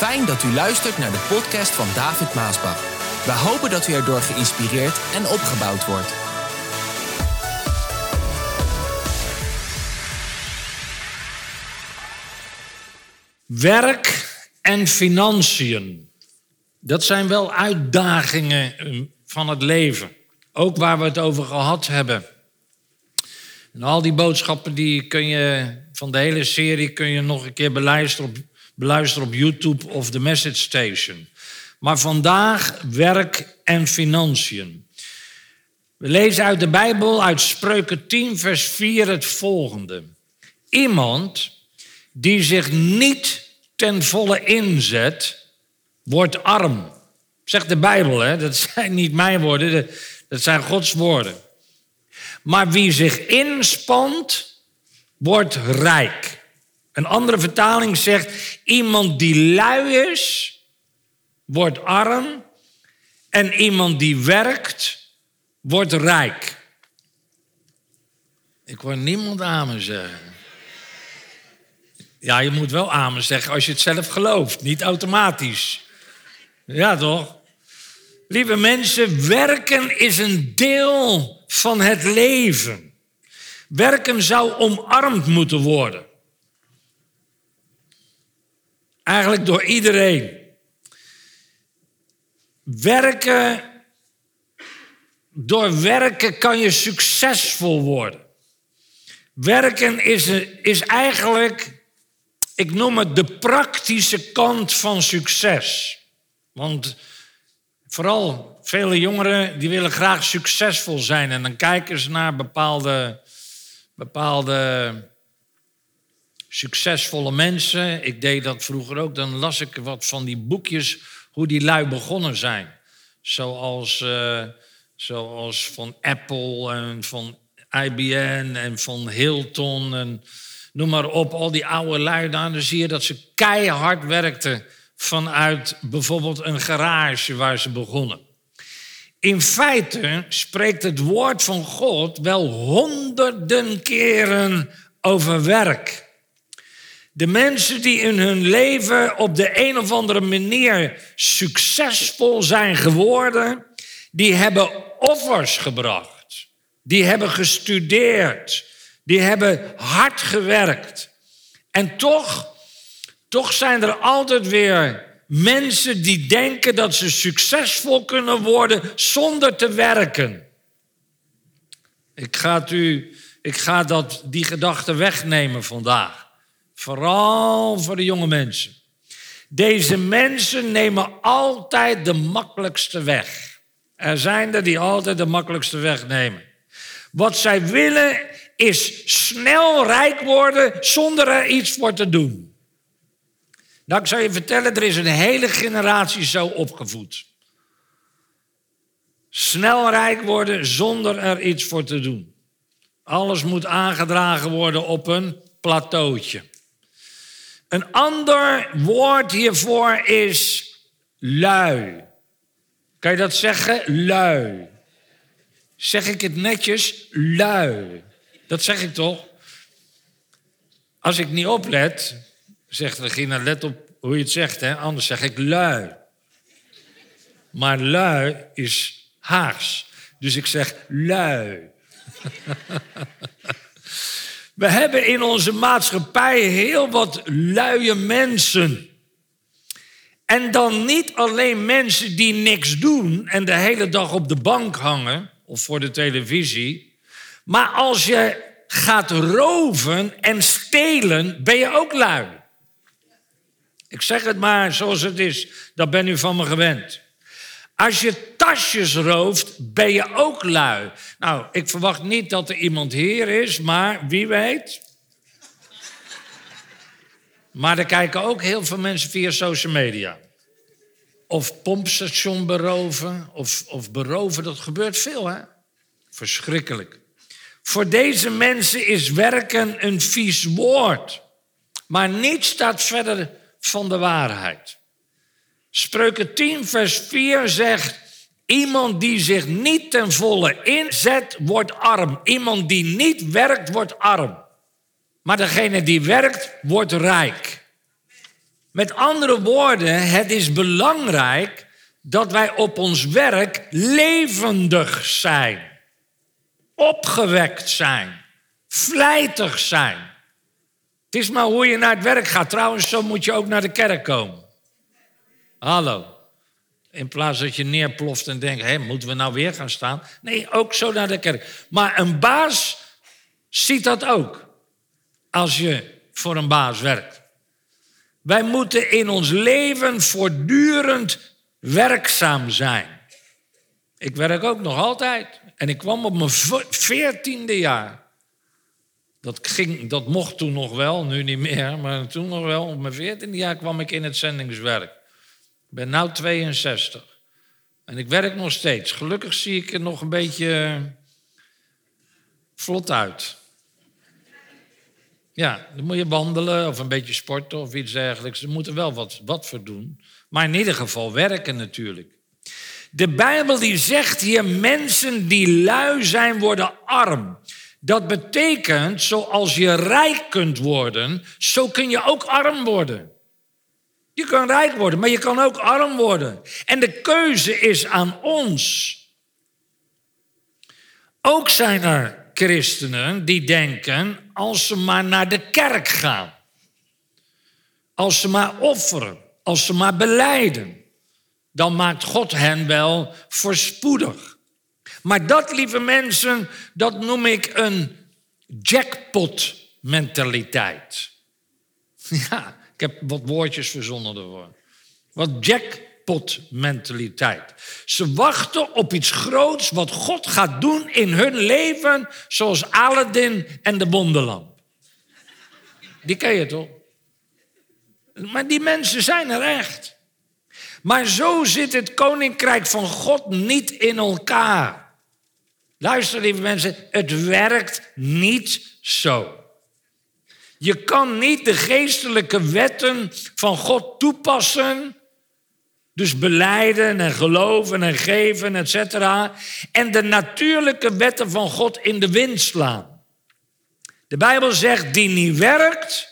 Fijn dat u luistert naar de podcast van David Maasbach. We hopen dat u erdoor geïnspireerd en opgebouwd wordt. Werk en financiën. Dat zijn wel uitdagingen van het leven. Ook waar we het over gehad hebben. En al die boodschappen die kun je van de hele serie kun je nog een keer beluisteren op YouTube of de Message Station. Maar vandaag werk en financiën. We lezen uit de Bijbel, uit Spreuken 10, vers 4 het volgende. Iemand die zich niet ten volle inzet, wordt arm. Zegt de Bijbel, hè? Dat zijn niet mijn woorden, dat zijn Gods woorden. Maar wie zich inspant, wordt rijk. Een andere vertaling zegt, iemand die lui is, wordt arm. En iemand die werkt, wordt rijk. Ik hoor niemand amen zeggen. Ja, je moet wel amen zeggen als je het zelf gelooft, niet automatisch. Ja, toch? Lieve mensen, werken is een deel van het leven. Werken zou omarmd moeten worden. Eigenlijk door iedereen. Door werken kan je succesvol worden. Werken is eigenlijk, ik noem het de praktische kant van succes. Want vooral vele jongeren die willen graag succesvol zijn. En dan kijken ze naar bepaalde succesvolle mensen. Ik deed dat vroeger ook. Dan las ik wat van die boekjes hoe die lui begonnen zijn. Zoals van Apple en van IBM en van Hilton en noem maar op. Al die oude lui daar. Dan zie je dat ze keihard werkten vanuit bijvoorbeeld een garage waar ze begonnen. In feite spreekt het woord van God wel honderden keren over werk. De mensen die in hun leven op de een of andere manier succesvol zijn geworden, die hebben offers gebracht. Die hebben gestudeerd. Die hebben hard gewerkt. En toch zijn er altijd weer mensen die denken dat ze succesvol kunnen worden zonder te werken. Ik ga die gedachte wegnemen vandaag. Vooral voor de jonge mensen. Deze mensen nemen altijd de makkelijkste weg. Er zijn er die altijd de makkelijkste weg nemen. Wat zij willen is snel rijk worden zonder er iets voor te doen. Nou, ik zal je vertellen, er is een hele generatie zo opgevoed. Snel rijk worden zonder er iets voor te doen. Alles moet aangedragen worden op een plateautje. Een ander woord hiervoor is lui. Kan je dat zeggen? Lui. Zeg ik het netjes? Lui. Dat zeg ik toch? Als ik niet oplet, zegt Regina, let op hoe je het zegt, hè? Anders zeg ik lui. Maar lui is Haags. Dus ik zeg lui. We hebben in onze maatschappij heel wat luie mensen. En dan niet alleen mensen die niks doen en de hele dag op de bank hangen of voor de televisie. Maar als je gaat roven en stelen, ben je ook lui. Ik zeg het maar zoals het is, dat ben u van me gewend. Als je tasjes rooft, ben je ook lui. Nou, ik verwacht niet dat er iemand hier is, maar wie weet. Maar er kijken ook heel veel mensen via social media. Of pompstation beroven, of beroven, dat gebeurt veel, hè? Verschrikkelijk. Voor deze mensen is werken een vies woord. Maar niets staat verder van de waarheid. Spreuken 10 vers 4 zegt, iemand die zich niet ten volle inzet, wordt arm. Iemand die niet werkt, wordt arm. Maar degene die werkt, wordt rijk. Met andere woorden, het is belangrijk dat wij op ons werk levendig zijn. Opgewekt zijn. Vlijtig zijn. Het is maar hoe je naar het werk gaat. Trouwens, zo moet je ook naar de kerk komen. Hallo. In plaats dat je neerploft en denkt, moeten we nou weer gaan staan? Nee, ook zo naar de kerk. Maar een baas ziet dat ook. Als je voor een baas werkt. Wij moeten in ons leven voortdurend werkzaam zijn. Ik werk ook nog altijd. En ik kwam op mijn 14e jaar. Dat mocht toen nog wel, nu niet meer. Maar toen nog wel. Op mijn 14e jaar kwam ik in het zendingswerk. Ik ben nu 62. En ik werk nog steeds. Gelukkig zie ik er nog een beetje vlot uit. Ja, dan moet je wandelen of een beetje sporten of iets dergelijks. Er moet er wel wat voor doen. Maar in ieder geval werken natuurlijk. De Bijbel die zegt hier, mensen die lui zijn worden arm. Dat betekent, zoals je rijk kunt worden, zo kun je ook arm worden. Je kan rijk worden, maar je kan ook arm worden. En de keuze is aan ons. Ook zijn er christenen die denken, als ze maar naar de kerk gaan. Als ze maar offeren, als ze maar belijden. Dan maakt God hen wel voorspoedig. Maar dat, lieve mensen, dat noem ik een jackpot-mentaliteit. Ja, ik heb wat woordjes verzonnen ervoor. Wat jackpot-mentaliteit. Ze wachten op iets groots wat God gaat doen in hun leven, zoals Aladdin en de wonderlamp. Die ken je toch? Maar die mensen zijn er echt. Maar zo zit het koninkrijk van God niet in elkaar. Luister, lieve mensen, het werkt niet zo. Je kan niet de geestelijke wetten van God toepassen, dus belijden en geloven en geven, et cetera, en de natuurlijke wetten van God in de wind slaan. De Bijbel zegt, die niet werkt.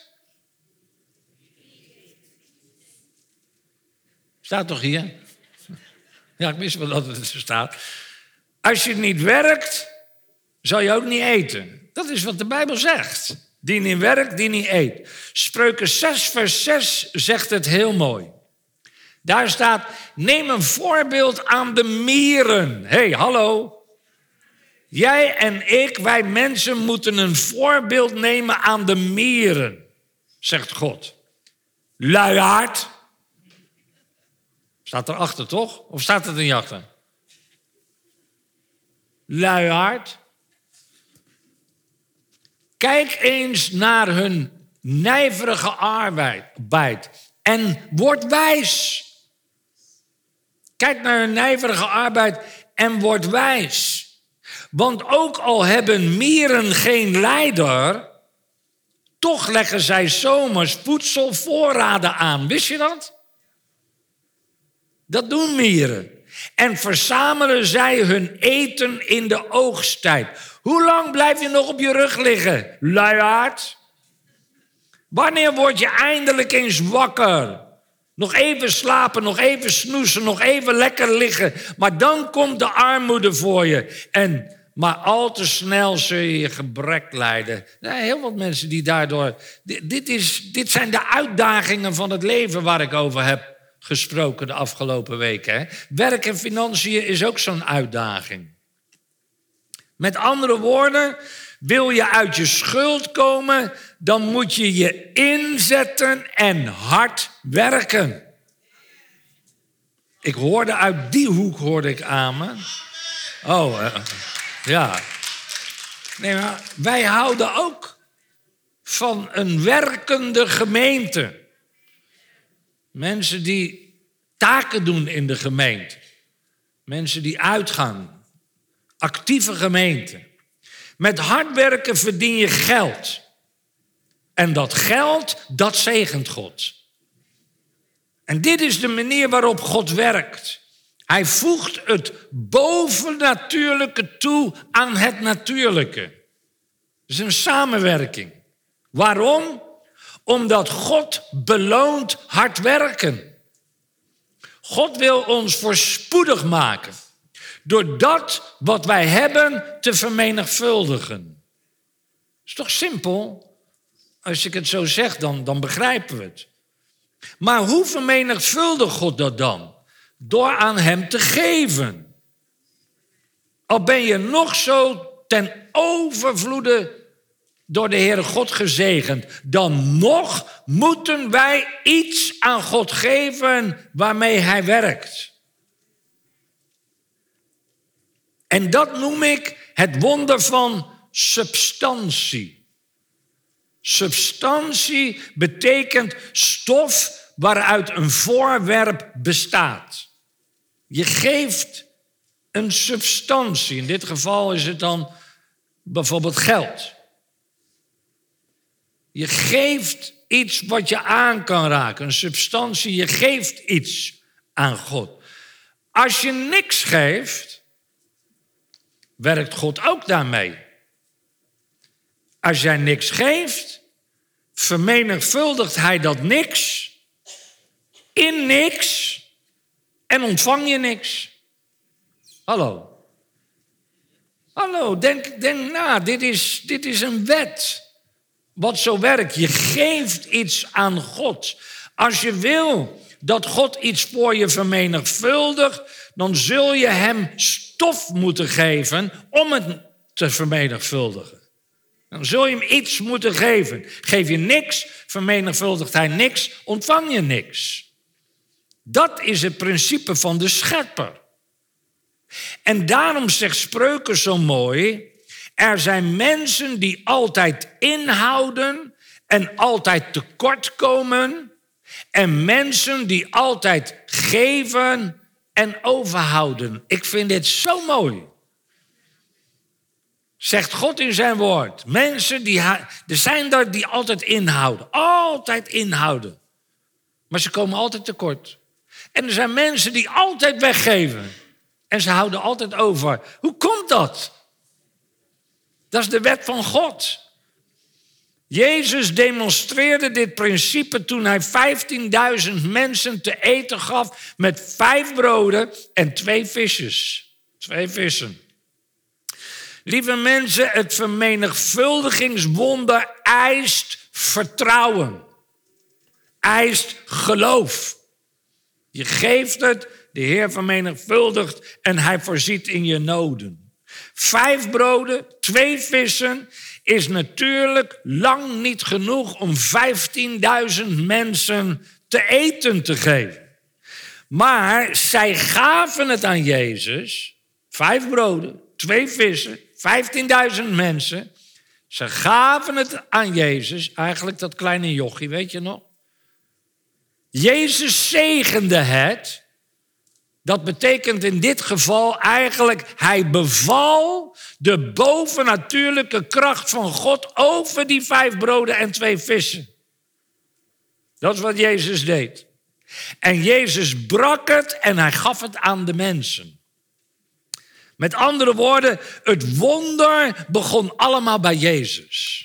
Staat toch hier? Ja, ik wist wel dat het er staat. Als je niet werkt, zal je ook niet eten. Dat is wat de Bijbel zegt. Die niet werkt, die niet eet. Spreuken 6 vers 6 zegt het heel mooi. Daar staat, neem een voorbeeld aan de mieren. Hé, hallo. Jij en ik, wij mensen moeten een voorbeeld nemen aan de mieren, zegt God. Luiaard. Staat erachter, toch? Of staat het er niet achter? Luiaard. Kijk eens naar hun nijverige arbeid en word wijs. Kijk naar hun nijverige arbeid en word wijs. Want ook al hebben mieren geen leider, toch leggen zij 's zomers voedselvoorraden aan. Wist je dat? Dat doen mieren. En verzamelen zij hun eten in de oogsttijd. Hoe lang blijf je nog op je rug liggen, luiaard? Wanneer word je eindelijk eens wakker? Nog even slapen, nog even snoezen, nog even lekker liggen. Maar dan komt de armoede voor je. Maar al te snel zul je je gebrek lijden. Heel wat mensen die daardoor... Dit zijn de uitdagingen van het leven waar ik over heb gesproken de afgelopen weken. Hè? Werk en financiën is ook zo'n uitdaging. Met andere woorden, wil je uit je schuld komen, dan moet je je inzetten en hard werken. Ik hoorde uit die hoek, amen. Ja. Nee, maar wij houden ook van een werkende gemeente. Mensen die taken doen in de gemeente. Mensen die uitgaan. Actieve gemeente. Met hard werken verdien je geld. En dat geld, dat zegent God. En dit is de manier waarop God werkt. Hij voegt het bovennatuurlijke toe aan het natuurlijke. Het is een samenwerking. Waarom? Omdat God beloont hard werken. God wil ons voorspoedig maken. Door dat wat wij hebben te vermenigvuldigen. Is toch simpel? Als ik het zo zeg, dan begrijpen we het. Maar hoe vermenigvuldigt God dat dan? Door aan hem te geven. Al ben je nog zo ten overvloede door de Heere God gezegend, dan nog moeten wij iets aan God geven waarmee hij werkt. En dat noem ik het wonder van substantie. Substantie betekent stof waaruit een voorwerp bestaat. Je geeft een substantie. In dit geval is het dan bijvoorbeeld geld. Je geeft iets wat je aan kan raken. Een substantie, je geeft iets aan God. Als je niks geeft, werkt God ook daarmee. Als jij niks geeft, vermenigvuldigt hij dat niks in niks en ontvang je niks. Hallo. Hallo, denk na, dit is een wet. Wat zo werkt, je geeft iets aan God. Als je wil dat God iets voor je vermenigvuldigt, dan zul je hem stof moeten geven om het te vermenigvuldigen. Dan zul je hem iets moeten geven. Geef je niks, vermenigvuldigt hij niks, ontvang je niks. Dat is het principe van de schepper. En daarom zegt Spreuken zo mooi, er zijn mensen die altijd inhouden en altijd tekort komen. En mensen die altijd geven en overhouden. Ik vind dit zo mooi. Zegt God in zijn woord. Mensen er zijn er die altijd inhouden. Altijd inhouden. Maar ze komen altijd tekort. En er zijn mensen die altijd weggeven. En ze houden altijd over. Hoe komt dat? Dat is de wet van God. Jezus demonstreerde dit principe toen hij 15.000 mensen te eten gaf met 5 broden en 2 visjes. 2 vissen. Lieve mensen, het vermenigvuldigingswonder eist vertrouwen. Eist geloof. Je geeft het, de Heer vermenigvuldigt en hij voorziet in je noden. 5 broden, 2 vissen is natuurlijk lang niet genoeg om 15.000 mensen te eten te geven. Maar zij gaven het aan Jezus, 5 broden, 2 vissen, 15.000 mensen. Ze gaven het aan Jezus, eigenlijk dat kleine jochie, weet je nog? Jezus zegende het. Dat betekent in dit geval eigenlijk, hij beval de bovennatuurlijke kracht van God over die 5 broden en 2 vissen. Dat is wat Jezus deed. En Jezus brak het en hij gaf het aan de mensen. Met andere woorden, het wonder begon allemaal bij Jezus.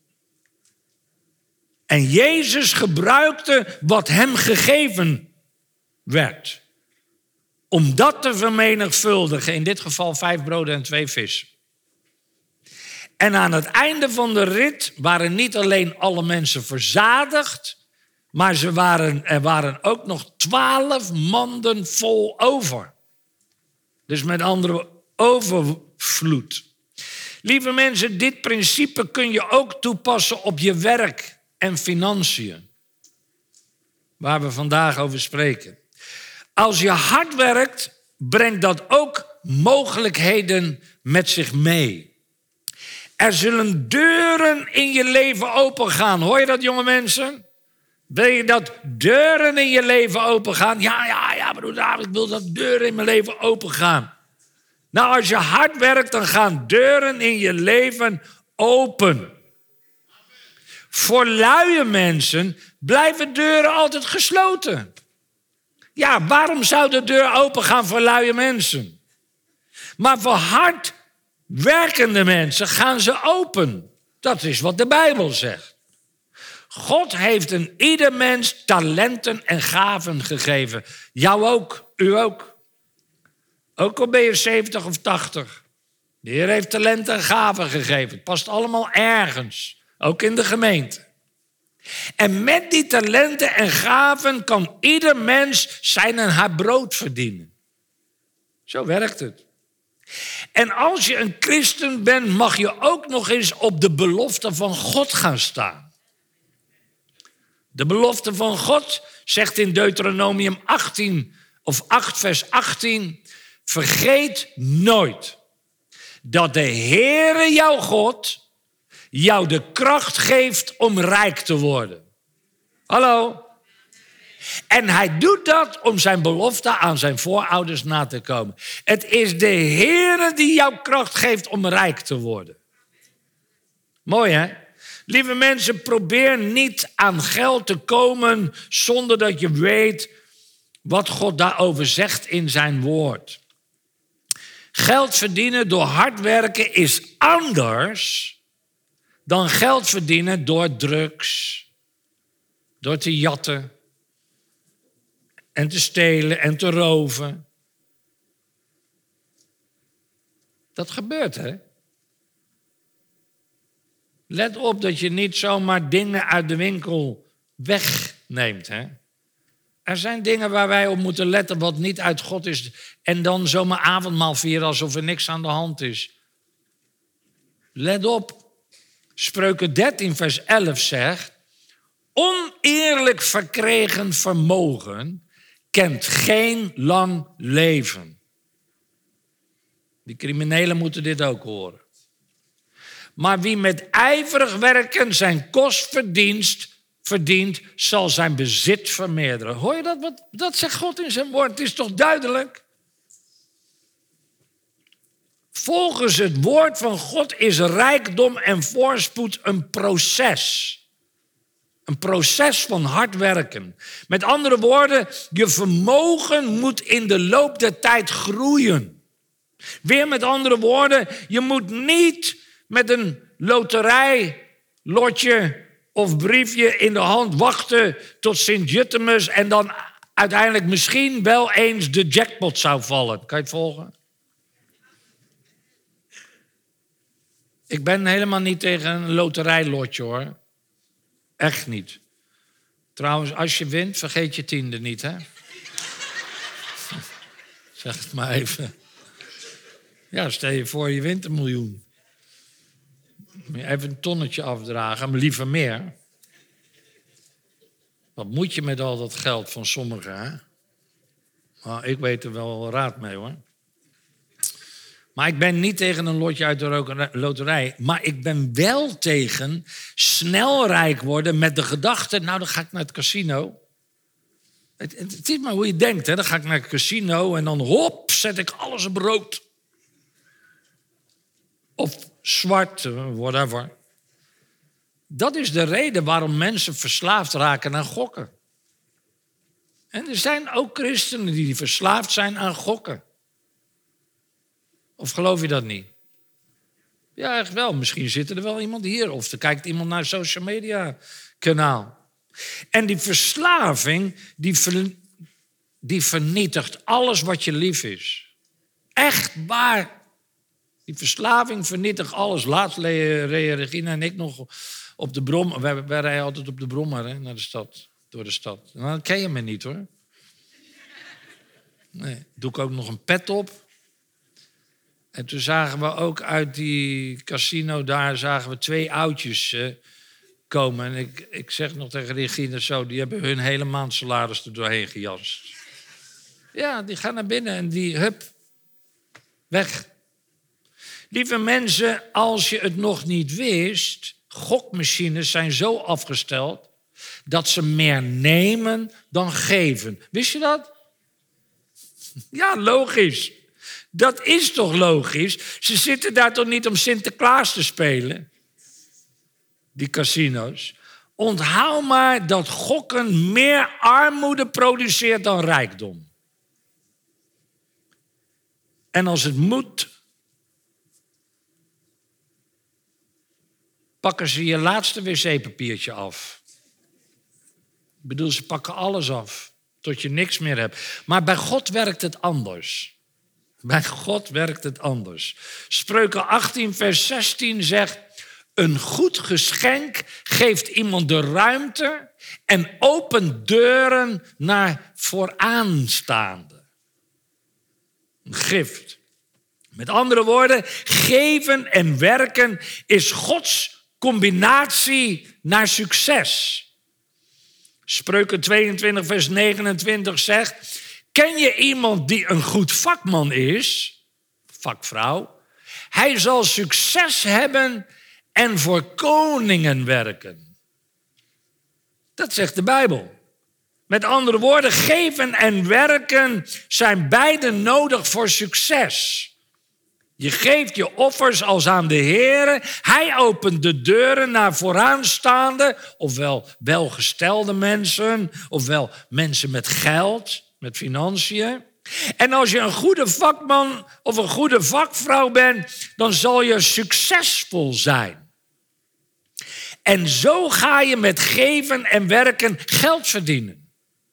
En Jezus gebruikte wat hem gegeven werd. Om dat te vermenigvuldigen, in dit geval 5 broden en 2 vissen. En aan het einde van de rit waren niet alleen alle mensen verzadigd, maar er waren ook nog 12 manden vol over. Dus met andere woorden, overvloed. Lieve mensen, dit principe kun je ook toepassen op je werk en financiën. Waar we vandaag over spreken. Als je hard werkt, brengt dat ook mogelijkheden met zich mee. Er zullen deuren in je leven opengaan. Hoor je dat, jonge mensen? Wil je dat deuren in je leven opengaan? Ja, broer David, ik wil dat deuren in mijn leven opengaan. Nou, als je hard werkt, dan gaan deuren in je leven open. Voor luie mensen blijven deuren altijd gesloten. Ja, waarom zou de deur open gaan voor luie mensen? Maar voor hard werkende mensen gaan ze open. Dat is wat de Bijbel zegt. God heeft een ieder mens talenten en gaven gegeven. Jou ook, u ook. Ook al ben je 70 of 80. De Heer heeft talenten en gaven gegeven. Het past allemaal ergens. Ook in de gemeente. En met die talenten en gaven kan ieder mens zijn en haar brood verdienen. Zo werkt het. En als je een christen bent, mag je ook nog eens op de belofte van God gaan staan. De belofte van God zegt in Deuteronomium 18 of 8 vers 18... Vergeet nooit dat de Heere jouw God jou de kracht geeft om rijk te worden. Hallo? En hij doet dat om zijn belofte aan zijn voorouders na te komen. Het is de Heere die jou kracht geeft om rijk te worden. Mooi hè? Lieve mensen, probeer niet aan geld te komen zonder dat je weet wat God daarover zegt in zijn woord. Geld verdienen door hard werken is anders dan geld verdienen door drugs, door te jatten en te stelen en te roven. Dat gebeurt, hè? Let op dat je niet zomaar dingen uit de winkel wegneemt, hè? Er zijn dingen waar wij op moeten letten wat niet uit God is. En dan zomaar avondmaal vieren alsof er niks aan de hand is. Let op. Spreuken 13 vers 11 zegt... Oneerlijk verkregen vermogen kent geen lang leven. Die criminelen moeten dit ook horen. Maar wie met ijverig werken zijn kost verdient, zal zijn bezit vermeerderen. Hoor je dat? Dat zegt God in zijn woord. Het is toch duidelijk? Volgens het woord van God is rijkdom en voorspoed een proces. Een proces van hard werken. Met andere woorden, je vermogen moet in de loop der tijd groeien. Weer met andere woorden, je moet niet met een loterijlotje of briefje in de hand wachten tot Sint-Jutemus en dan uiteindelijk misschien wel eens de jackpot zou vallen. Kan je het volgen? Ik ben helemaal niet tegen een loterijlotje hoor. Echt niet. Trouwens, als je wint, vergeet je tiende niet, hè? Zeg het maar even. Ja, stel je voor, je wint 1 miljoen. Even een tonnetje afdragen, maar liever meer. Wat moet je met al dat geld van sommigen, hè? Maar ik weet er wel raad mee, hoor. Maar ik ben niet tegen een lotje uit de loterij. Maar ik ben wel tegen snel rijk worden met de gedachte... nou, dan ga ik naar het casino. Het is maar hoe je denkt, hè. Dan ga ik naar het casino en dan hop, zet ik alles op rood. Of zwart, whatever. Dat is de reden waarom mensen verslaafd raken aan gokken. En er zijn ook christenen die verslaafd zijn aan gokken. Of geloof je dat niet? Ja, echt wel. Misschien zit er wel iemand hier. Of er kijkt iemand naar een social media kanaal. En die verslaving, die vernietigt alles wat je lief is. Echt waar. Die verslaving vernietigt alles. Laatst reden Regina en ik nog op de brommer. Wij rijden altijd op de brommer, hè, naar de stad. Door de stad. Nou, dan ken je me niet, hoor. Nee, doe ik ook nog een pet op. En toen zagen we ook uit die casino daar... zagen we 2 oudjes komen. En ik zeg nog tegen Regina zo... die hebben hun hele maand salaris er doorheen gejast. Ja, die gaan naar binnen en die, hup, weg. Lieve mensen, als je het nog niet wist... gokmachines zijn zo afgesteld... dat ze meer nemen dan geven. Wist je dat? Ja, logisch. Dat is toch logisch? Ze zitten daar toch niet om Sinterklaas te spelen? Die casino's. Onthoud maar dat gokken meer armoede produceert dan rijkdom. En als het moet, pakken ze je laatste wc-papiertje af. bedoel, ze pakken alles af, tot je niks meer hebt. Maar bij God werkt het anders. Bij God werkt het anders. Spreuken 18, vers 16 zegt: een goed geschenk geeft iemand de ruimte en opent deuren naar vooraanstaande. Een gift. Met andere woorden, geven en werken is Gods combinatie naar succes. Spreuken 22, vers 29 zegt: ken je iemand die een goed vakman is, vakvrouw? Hij zal succes hebben en voor koningen werken. Dat zegt de Bijbel. Met andere woorden, geven en werken zijn beide nodig voor succes. Je geeft je offers als aan de Heer. Hij opent de deuren naar vooraanstaande, ofwel welgestelde mensen, ofwel mensen met geld, met financiën. En als je een goede vakman of een goede vakvrouw bent, dan zal je succesvol zijn. En zo ga je met geven en werken geld verdienen.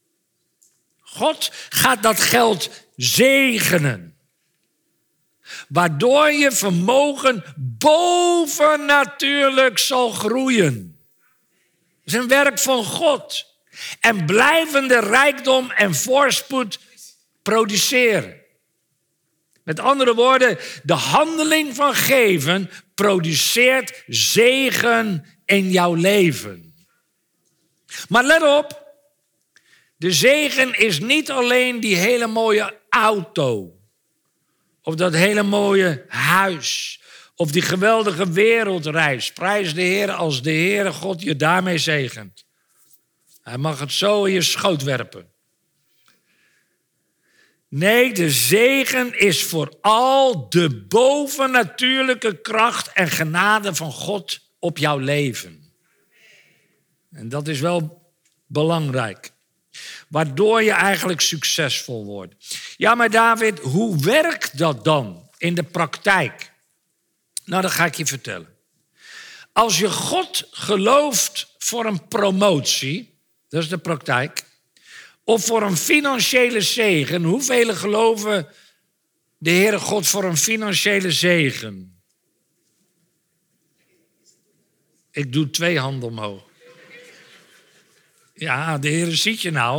God gaat dat geld zegenen. Waardoor je vermogen bovennatuurlijk zal groeien. Dat is een werk van God. En blijvende rijkdom en voorspoed produceren. Met andere woorden, de handeling van geven produceert zegen in jouw leven. Maar let op, de zegen is niet alleen die hele mooie auto. Of dat hele mooie huis. Of die geweldige wereldreis. Prijs de Heer als de Heere God je daarmee zegent. Hij mag het zo in je schoot werpen. Nee, de zegen is vooral de bovennatuurlijke kracht en genade van God op jouw leven. En dat is wel belangrijk. Waardoor je eigenlijk succesvol wordt. Ja, maar David, hoe werkt dat dan in de praktijk? Nou, dat ga ik je vertellen. Als je God gelooft voor een promotie, dat is de praktijk, of voor een financiële zegen, hoeveel geloven de Heere God voor een financiële zegen? Ik doe 2 handen omhoog. Ja, de Heere ziet je nou.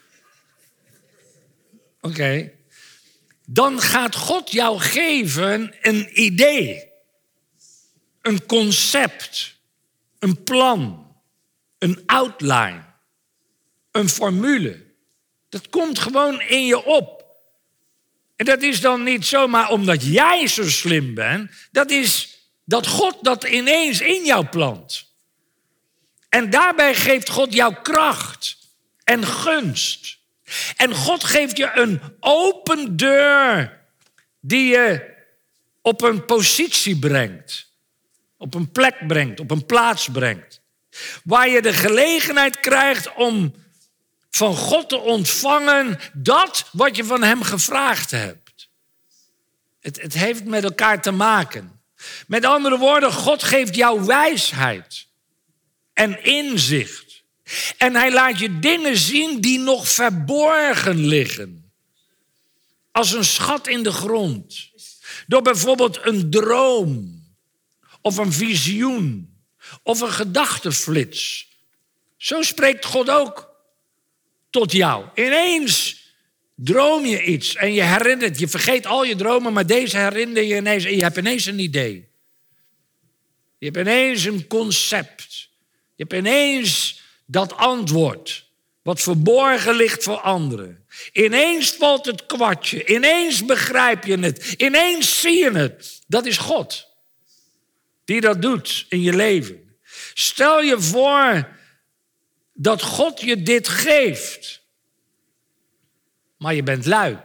Oké. Dan gaat God jou geven een idee. Een concept. Een plan. Een outline. Een formule. Dat komt gewoon in je op. En dat is dan niet zomaar omdat jij zo slim bent. Dat is dat God dat ineens in jou plant. En daarbij geeft God jou kracht en gunst. En God geeft je een open deur die je op een positie brengt. Op een plek brengt, op een plaats brengt. Waar je de gelegenheid krijgt om van God te ontvangen dat wat je van hem gevraagd hebt. Het heeft met elkaar te maken. Met andere woorden, God geeft jou wijsheid en inzicht. En hij laat je dingen zien die nog verborgen liggen. Als een schat in de grond. Door bijvoorbeeld een droom. Of een visioen. Of een gedachtenflits. Zo spreekt God ook tot jou. Ineens droom je iets en je herinnert. Je vergeet al je dromen, maar deze herinner je ineens. En je hebt ineens een idee. Je hebt ineens een concept. Je hebt ineens dat antwoord. Wat verborgen ligt voor anderen. Ineens valt het kwartje. Ineens begrijp je het. Ineens zie je het. Dat is God. Die dat doet in je leven. Stel je voor dat God je dit geeft. Maar je bent lui.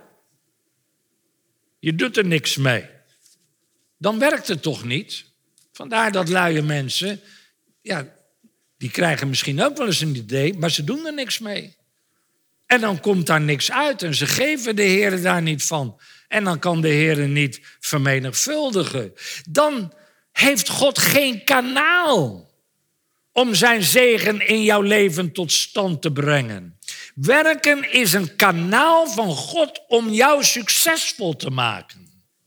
Je doet er niks mee. Dan werkt het toch niet? Vandaar dat luie mensen, ja, die krijgen misschien ook wel eens een idee, maar ze doen er niks mee. En dan komt daar niks uit en ze geven de Heer daar niet van. En dan kan de Heer niet vermenigvuldigen. Dan heeft God geen kanaal om zijn zegen in jouw leven tot stand te brengen. Werken is een kanaal van God om jou succesvol te maken.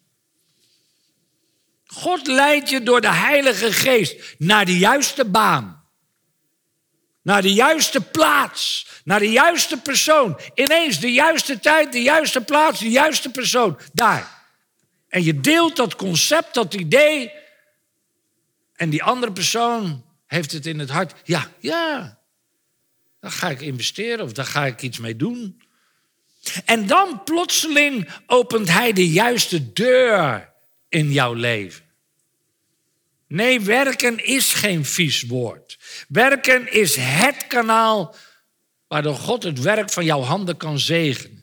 God leidt je door de Heilige Geest naar de juiste baan. Naar de juiste plaats. Naar de juiste persoon. Ineens de juiste tijd, de juiste plaats, de juiste persoon. Daar. En je deelt dat concept, dat idee. En die andere persoon heeft het in het hart. Ja. Daar ga ik investeren of daar ga ik iets mee doen. En dan plotseling opent hij de juiste deur in jouw leven. Nee, werken is geen vies woord. Werken is het kanaal waardoor God het werk van jouw handen kan zegenen.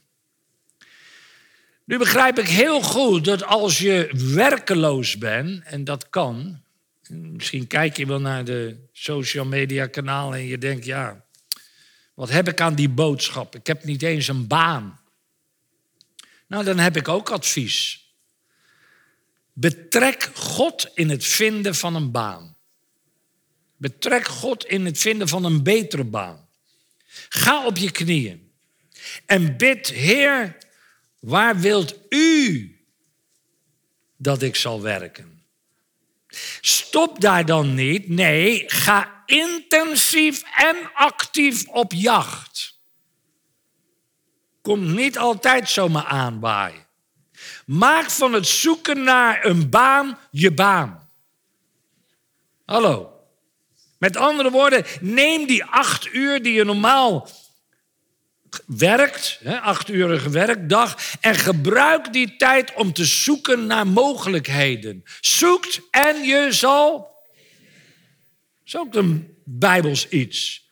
Nu begrijp ik heel goed dat als je werkeloos bent, en dat kan. Misschien kijk je wel naar de social media kanalen en je denkt, ja, wat heb ik aan die boodschap? Ik heb niet eens een baan. Nou, dan heb ik ook advies. Betrek God in het vinden van een baan. Betrek God in het vinden van een betere baan. Ga op je knieën en bid, Heer, waar wilt u dat ik zal werken? Stop daar dan niet. Nee, ga intensief en actief op jacht. Komt niet altijd zomaar aanwaaien. Maak van het zoeken naar een baan je baan. Hallo. Met andere woorden, neem die 8 uur die je normaal werkt, 8-urige werkdag, en gebruik die tijd om te zoeken naar mogelijkheden. Zoekt en je zal. Dat is ook een Bijbels iets.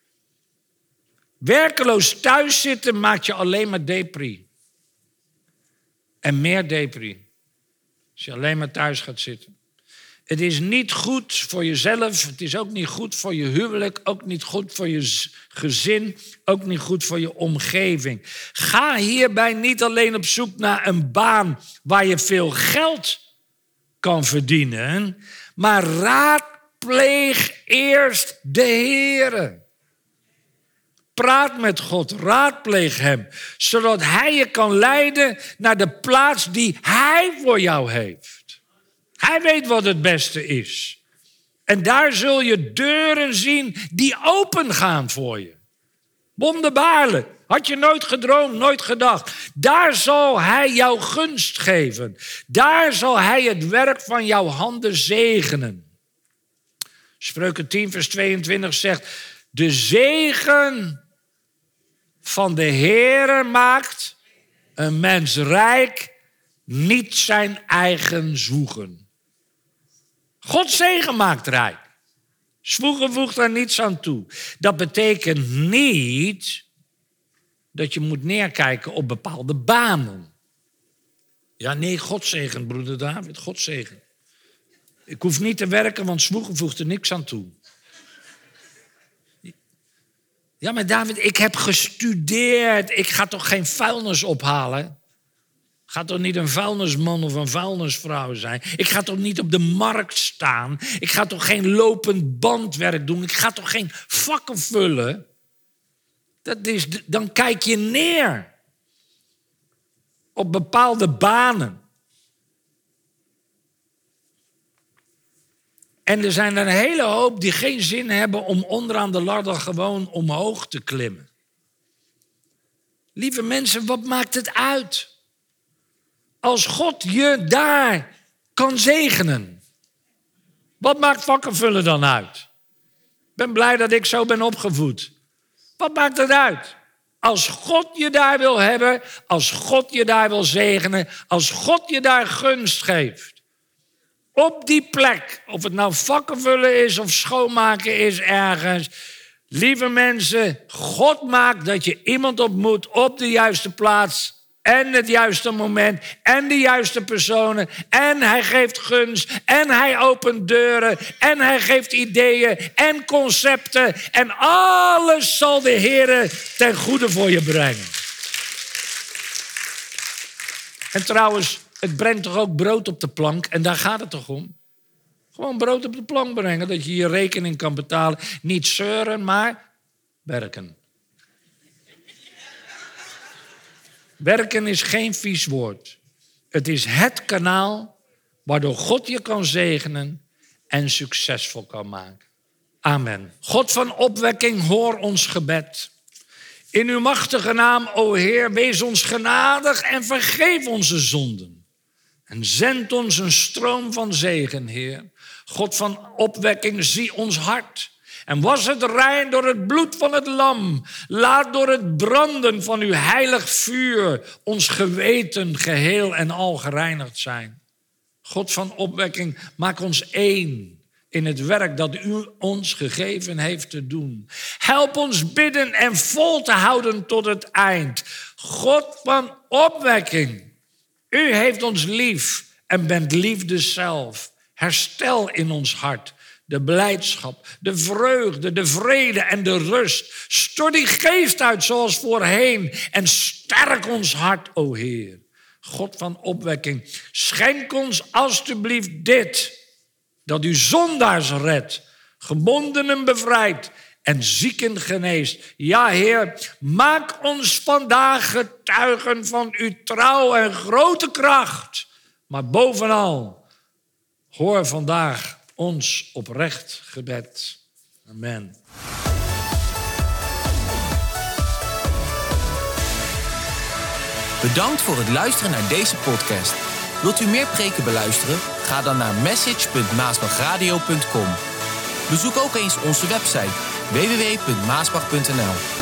Werkeloos thuis zitten maakt je alleen maar depri. En meer depri. Als je alleen maar thuis gaat zitten. Het is niet goed voor jezelf. Het is ook niet goed voor je huwelijk. Ook niet goed voor je gezin. Ook niet goed voor je omgeving. Ga hierbij niet alleen op zoek naar een baan waar je veel geld kan verdienen. Maar raadpleeg eerst de Heere. Praat met God, raadpleeg hem. Zodat hij je kan leiden naar de plaats die hij voor jou heeft. Hij weet wat het beste is. En daar zul je deuren zien die open gaan voor je. Wonderbaarlijk. Had je nooit gedroomd, nooit gedacht. Daar zal hij jou gunst geven. Daar zal hij het werk van jouw handen zegenen. Spreuken 10 vers 22 zegt, de zegen van de Heere maakt een mens rijk, niet zijn eigen zwoegen. Gods zegen maakt rijk. Zwoegen voegt daar niets aan toe. Dat betekent niet dat je moet neerkijken op bepaalde banen. Ja, nee, Gods zegen, broeder David, Gods zegen. Ik hoef niet te werken, want zwoegen voegt er niks aan toe. Ja, maar David, ik heb gestudeerd. Ik ga toch geen vuilnis ophalen? Ga toch niet een vuilnisman of een vuilnisvrouw zijn? Ik ga toch niet op de markt staan? Ik ga toch geen lopend bandwerk doen? Ik ga toch geen vakken vullen? Dan kijk je neer op bepaalde banen. En er zijn er een hele hoop die geen zin hebben om onderaan de ladder gewoon omhoog te klimmen. Lieve mensen, wat maakt het uit? Als God je daar kan zegenen. Wat maakt vakkenvullen dan uit? Ik ben blij dat ik zo ben opgevoed. Wat maakt het uit? Als God je daar wil hebben, als God je daar wil zegenen, als God je daar gunst geeft. Op die plek, of het nou vakkenvullen is of schoonmaken is ergens. Lieve mensen, God maakt dat je iemand ontmoet op de juiste plaats en het juiste moment en de juiste personen. En hij geeft gunst en hij opent deuren en hij geeft ideeën en concepten. En alles zal de Heere ten goede voor je brengen. En trouwens, het brengt toch ook brood op de plank en daar gaat het toch om? Gewoon brood op de plank brengen, dat je je rekening kan betalen. Niet zeuren, maar werken. Werken is geen vies woord. Het is het kanaal waardoor God je kan zegenen en succesvol kan maken. Amen. God van opwekking, hoor ons gebed. In uw machtige naam, o Heer, wees ons genadig en vergeef onze zonden. En zend ons een stroom van zegen, Heer. God van opwekking, zie ons hart. En was het rein door het bloed van het lam. Laat door het branden van uw heilig vuur ons geweten geheel en al gereinigd zijn. God van opwekking, maak ons één in het werk dat u ons gegeven heeft te doen. Help ons bidden en vol te houden tot het eind. God van opwekking, u heeft ons lief en bent liefde zelf. Herstel in ons hart de blijdschap, de vreugde, de vrede en de rust. Stort die geest uit zoals voorheen en sterk ons hart, o Heer. God van opwekking, schenk ons alstublieft dit, dat u zondaars redt, gebondenen bevrijdt en zieken geneest. Ja, Heer, maak ons vandaag getuigen van uw trouw en grote kracht. Maar bovenal, hoor vandaag ons oprecht gebed. Amen. Bedankt voor het luisteren naar deze podcast. Wilt u meer preken beluisteren? Ga dan naar message.maasbachradio.com. Bezoek ook eens onze website www.maasbach.nl.